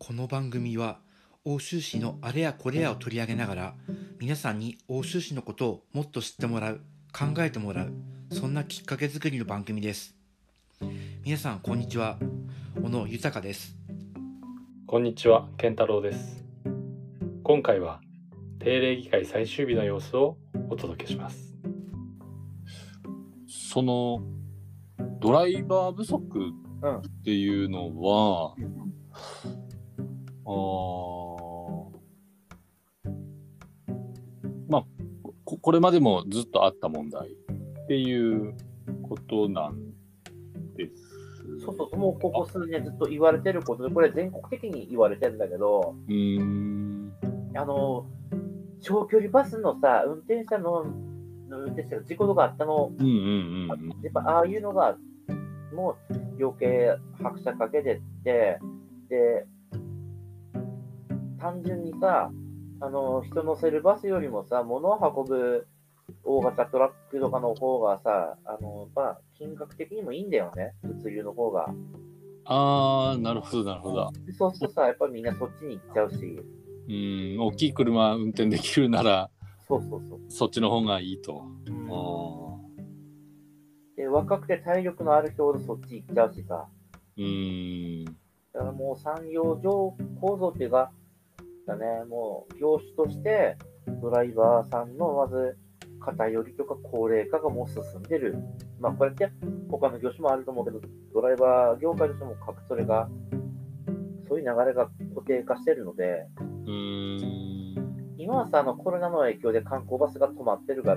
この番組は奥州市のあれやこれやを取り上げながら皆さんに奥州市のことをもっと知ってもらう、考えてもらう、そんなきっかけ作りの番組です。皆さんこんにちは、小野豊です。 こんにちは、健太郎です。今回は定例議会最終日の様子をお届けします。 そのドライバー不足っていうのは、まあこれまでもずっとあった問題っていうことなんです。 そうもうここ数年ずっと言われてることで、これ全国的に言われてるんだけど、長距離バスのさ、運転手が事故があったの、やっぱああいうのがもう余計拍車かけてって、で、単純にさ、人乗せるバスよりもさ、物を運ぶ大型トラックとかの方がさ、金額的にもいいんだよね、物流の方が。 なるほどなるほど。 そうするとさ、やっぱりみんなそっちに行っちゃうし。 大きい車運転できるなら、 そっちの方がいいと。 で、若くて体力のある人ほどそっち行っちゃうしさ。だからもう産業上構造っていうか、もう業種としてドライバーさんのまず偏りとか高齢化がもう進んでる。まあこれって他の業種もあると思うけど、ドライバー業界としてもそれが、そういう流れが固定化してるので、今はさ、コロナの影響で観光バスが止まってるから、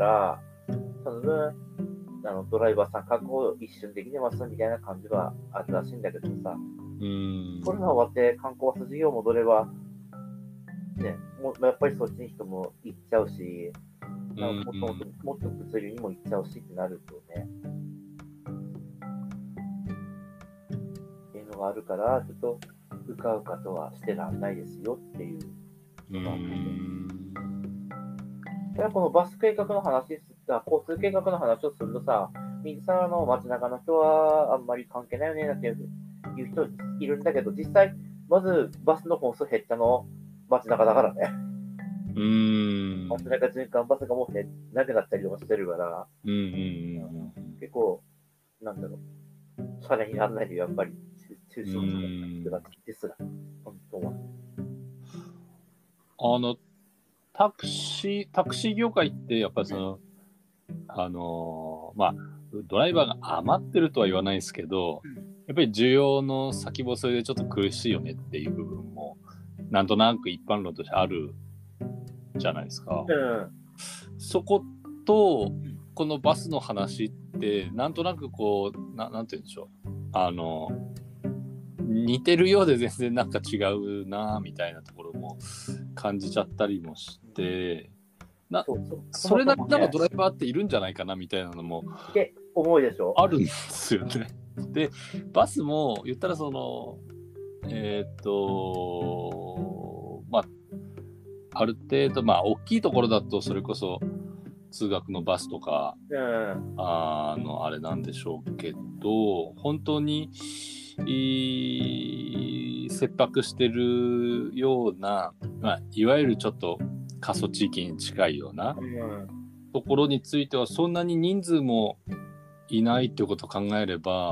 その分、ドライバーさん確保一瞬できてますみたいな感じはあるらしいんだけどさ、コロナ終わって観光バス事業戻れば、ね、やっぱりそっちに人も行っちゃうし、もっと物流にも行っちゃうしってなるとね、っていうのがあるから、ちょっとうかうかとはしてらんないですよっていうのがあって。ただこのバス計画の話、交通計画の話をするとさ、水沢の街中の人はあんまり関係ないよねなんていう人いるんだけど、実際、まずバスの本数減ったの街中だからね。街中循環バスがもうなくなったりとかしてるから、結構、シャレにならないでやっぱり中小の人たちですら、本当は。 タクシー業界ってやっぱりドライバーが余ってるとは言わないですけど、やっぱり需要の先細りでちょっと苦しいよねっていう部分もなんとなく一般論としてあるじゃないですか。そことこのバスの話ってなんとなくこうなんて言うんでしょう、似てるようで全然なんか違うなみたいなところも感じちゃったりもして、それなりになんかドライバーっているんじゃないかなみたいなのもって思いでしょ、 あるんですよね。でバスも言ったらある程度大きいところだとそれこそ通学のバスとか、あれなんでしょうけど、本当に切迫してるような、いわゆるちょっと過疎地域に近いようなところについてはそんなに人数もいないっていうことを考えれば、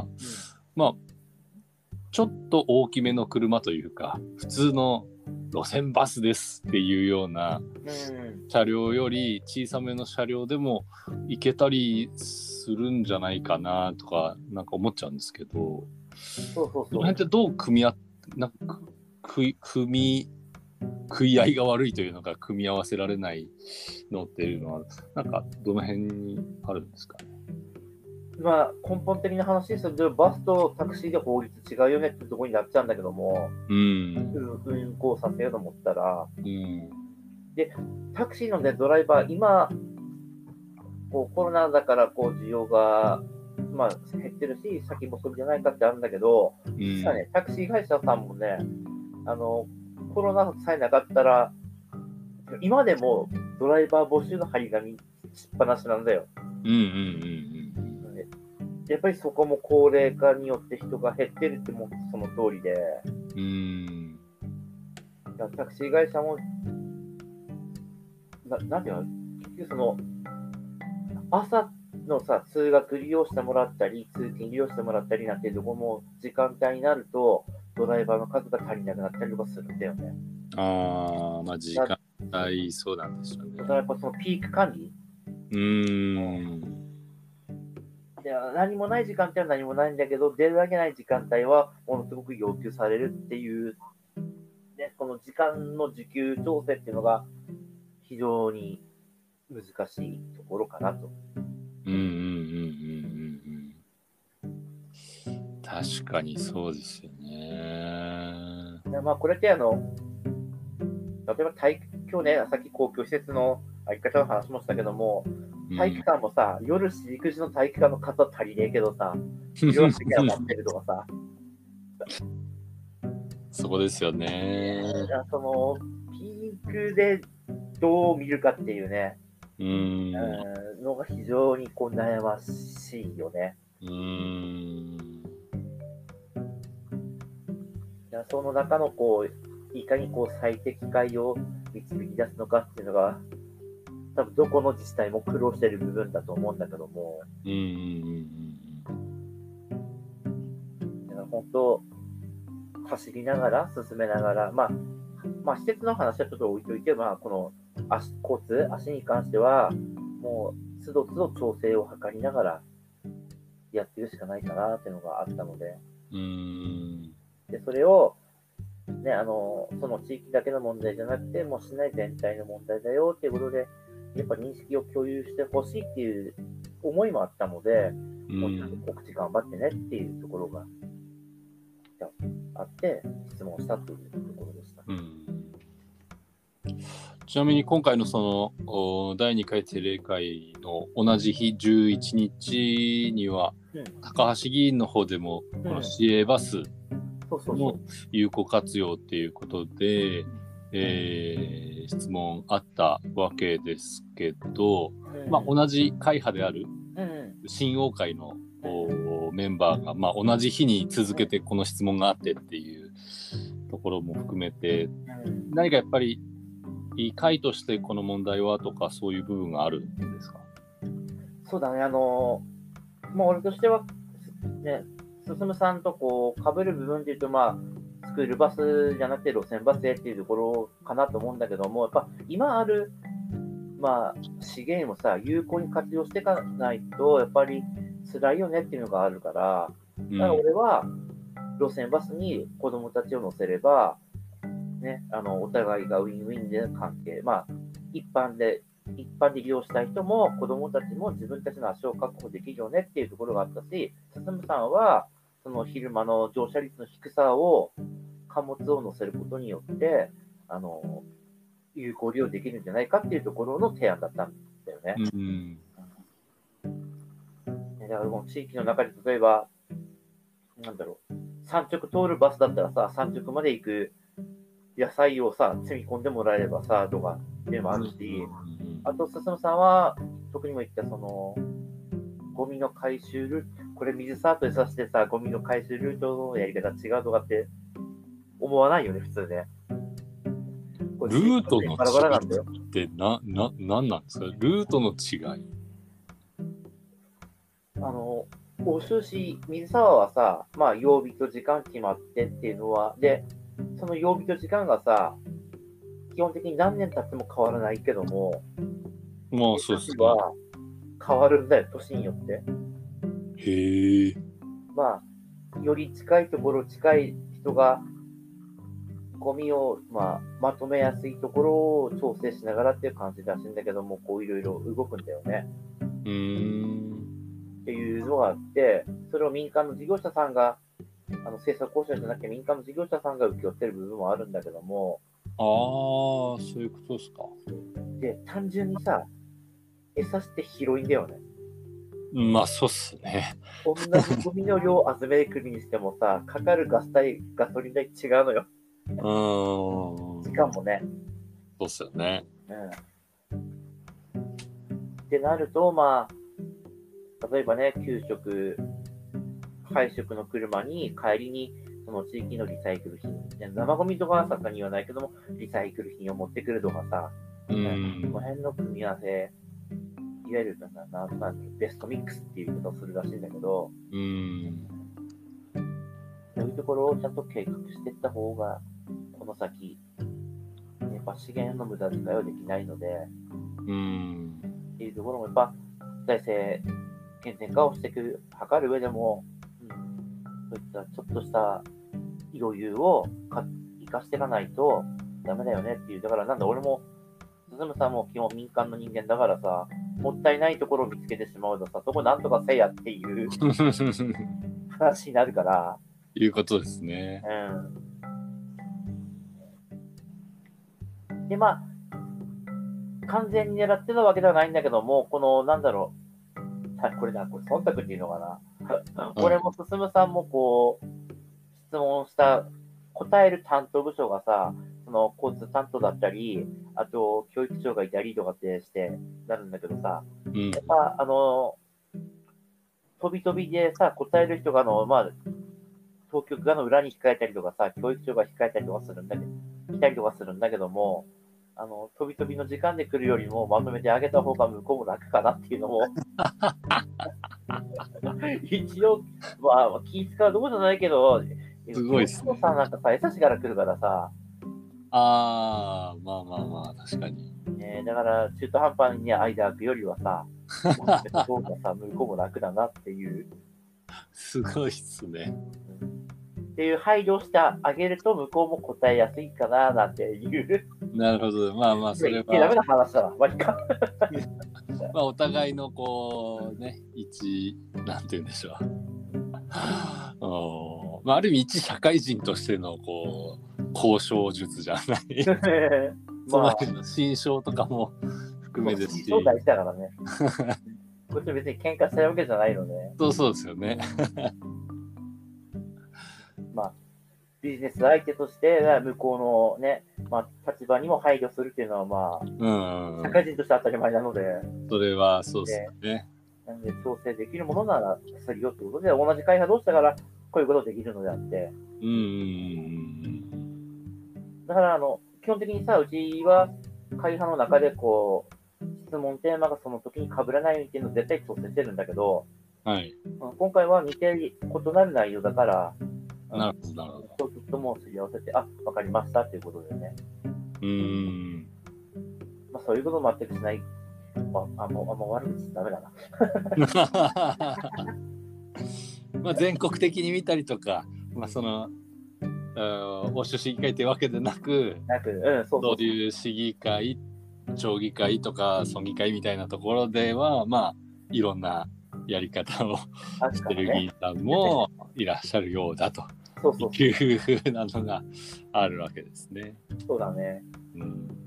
ちょっと大きめの車というか普通の路線バスですっていうような車両より小さめの車両でも行けたりするんじゃないかなとかなんか思っちゃうんですけど、この辺ってどう組い合いが悪いというのか組み合わせられないのっていうのはなんかどの辺にあるんですかね。 根本的な話ですけど、バスとタクシーで法律違うよねってところになっちゃうんだけども、運行させようと思ったら、で、タクシーの、ドライバー、今、コロナだから需要が、減ってるし、先細りじゃないかってあるんだけど、実はね、タクシー会社さんもね、コロナさえなかったら、今でもドライバー募集の張り紙しっぱなしなんだよ。やっぱりそこも高齢化によって人が減ってるってもその通りで、 タクシー会社も、なんていうの、結局その、朝のさ、通学利用してもらったり、通勤利用してもらったりなんていうとこも、時間帯になると、ドライバーの数が足りなくなったりとかするんだよね。 まあ時間帯そうなんですよね。 だからやっぱそのピーク管理。で何もない時間帯は何もないんだけど、出るだけない時間帯はものすごく要求されるっていう、ね、この時間の需給調整っていうのが非常に難しいところかなと。 確かにそうですよね。 まあこれって例えば今日ね、さっき公共施設の相方の話もしたけども、体育館もさ、夜7、9時の体育館の数は足りねえけどさ、夜時間待ってるとかさ。 そこですよね。 そのピークでどう見るかっていうね、のが非常にこう悩ましいよね。その中のいかに最適解を導き出すのかっていうのが、多分どこの自治体も苦労している部分だと思うんだけども、本当、走りながら、進めながら、まあ、施設の話はちょっと置いといて、この足に関しては、もう、都度都度調整を図りながらやってるしかないかなっていうのがあったので、でそれを、ね、その地域だけの問題じゃなくて、もう市内全体の問題だよっていうことで、やっぱ認識を共有してほしいっていう思いもあったので、もうちょっと告知頑張ってねっていうところがあって、質問したというところでした。 ちなみに今回のその第2回定例会の同じ日11日には、高橋議員の方でもこの市営バスの有効活用ということで、質問あったわけですけど、同じ会派である新桜会のメンバーが、同じ日に続けてこの質問があってっていうところも含めて、何かやっぱり会としてこの問題はとかそういう部分があるんですか？ そうだね、もう俺としては、ね、進さんと被る部分でいうと、スクールバスじゃなくて路線バスへっていうところかなと思うんだけども、やっぱ今ある、資源をさ、有効に活用していかないと、やっぱり辛いよねっていうのがあるから、だから俺は路線バスに子供たちを乗せれば、ね、お互いがウィンウィンで関係、一般で利用したい人も子供たちも自分たちの足を確保できるよねっていうところがあったし、進さんはその昼間の乗車率の低さを貨物を乗せることによって有効利用できるんじゃないかっていうところの提案だったんだよね。だからこの地域の中で例えば産直通るバスだったらさ、産直まで行く野菜をさ積み込んでもらえればさとかっていうのもあるし、あと進さんは特にも言ったそのゴミの回収ルート、これ水サートでさしてさゴミの回収ルートのやり方違うとかって思わないよね普通ね。 ルートの違いってなんなんですか？ルートの違い。 奥州市水沢はさ、曜日と時間決まってっていうのは、で、その曜日と時間がさ、基本的に何年経っても変わらないけども、 そうですね。 は変わるんだよ、年によって。 へえ。 より近いところ、近い人が、ゴミを、まとめやすいところを調整しながらっていう感じらしいんだけども、いろいろ動くんだよね。っていうのがあって、それを民間の事業者さんが、政策交渉じゃなくて民間の事業者さんが請け負ってる部分もあるんだけども。 そういうことですか。 で、単純にさ、餌って広いんだよね。 そうっすね。 同じゴミの量を集めてくるにしてもさ、かかるガソリン代違うのよ。時間もね。 そうっすよね。 ってなると、例えばね、給食、配食の車に帰りにその地域のリサイクル品、生ゴミとかはさすがに言わないけども、リサイクル品を持ってくるとかさ、この辺の組み合わせ、いわゆるベストミックスっていう言い方をするらしいんだけど、そういうところをちゃんと計画していった方が、この先、やっぱ資源の無駄遣いはできないので、っていうところもやっぱ財政健全化をしていく、図る上でも、そういったちょっとした余裕を生かしていかないとダメだよねっていう。だから俺も、進さんも基本民間の人間だからさ、もったいないところを見つけてしまうとさ、そこなんとかせやっていう話になるから。 いうことですね。 で、完全に狙ってたわけではないんだけども、この、これ忖度っていうのかな。俺も進さんもこう、質問した答える担当部署がさ、その交通担当だったり、あと教育長がいたりとかってしてなるんだけどさ、やっぱ飛び飛びでさ、答える人が当局が裏に控えたりとかさ、教育長が控えたりとかするんだけども、飛び飛びの時間で来るよりもまとめてあげた方が向こうも楽かなっていうのも一応、気使うとこじゃないけど、 すごいっすね。 さ、優しから来るからさ。 確かに。 だから、中途半端に間空くよりはさ、方がさ、向こうも楽だなっていう。 すごいっすね。 っていう配慮をしてあげると、向こうも答えやすいかな、なんていう。 なるほど。それは。 ダメな話だな、いいか。 お互いのなんて言うんでしょう。ある意味一社会人としての交渉術じゃない。つまりの心象とかも含めですし。 心象大事だからね。こっち別に喧嘩したいわけじゃないので。 そうですよね。 ビジネス相手として向こうのね、立場にも配慮するっていうのは社会人として当たり前なので。 それはそうですよね。 なので調整できるものなら薬をってことで、同じ会社同士だからこういうことできるのであって。だから基本的にさ、うちは会派の中で質問テーマがその時に被らないようにっていうのを絶対調整してるんだけど、今回は似て異なる内容だから、 なるほど。 当局ともすり合わせて、わかりましたっていうことでね。そういうことも全くしない。あんま悪口ダメだな。全国的に見たりとか、その欧州市議会というわけでなく、そういう市議会、町議会とか村議会みたいなところではいろんなやり方をしてる議員さんもいらっしゃるようだというふうなのがあるわけですね。 そうだね。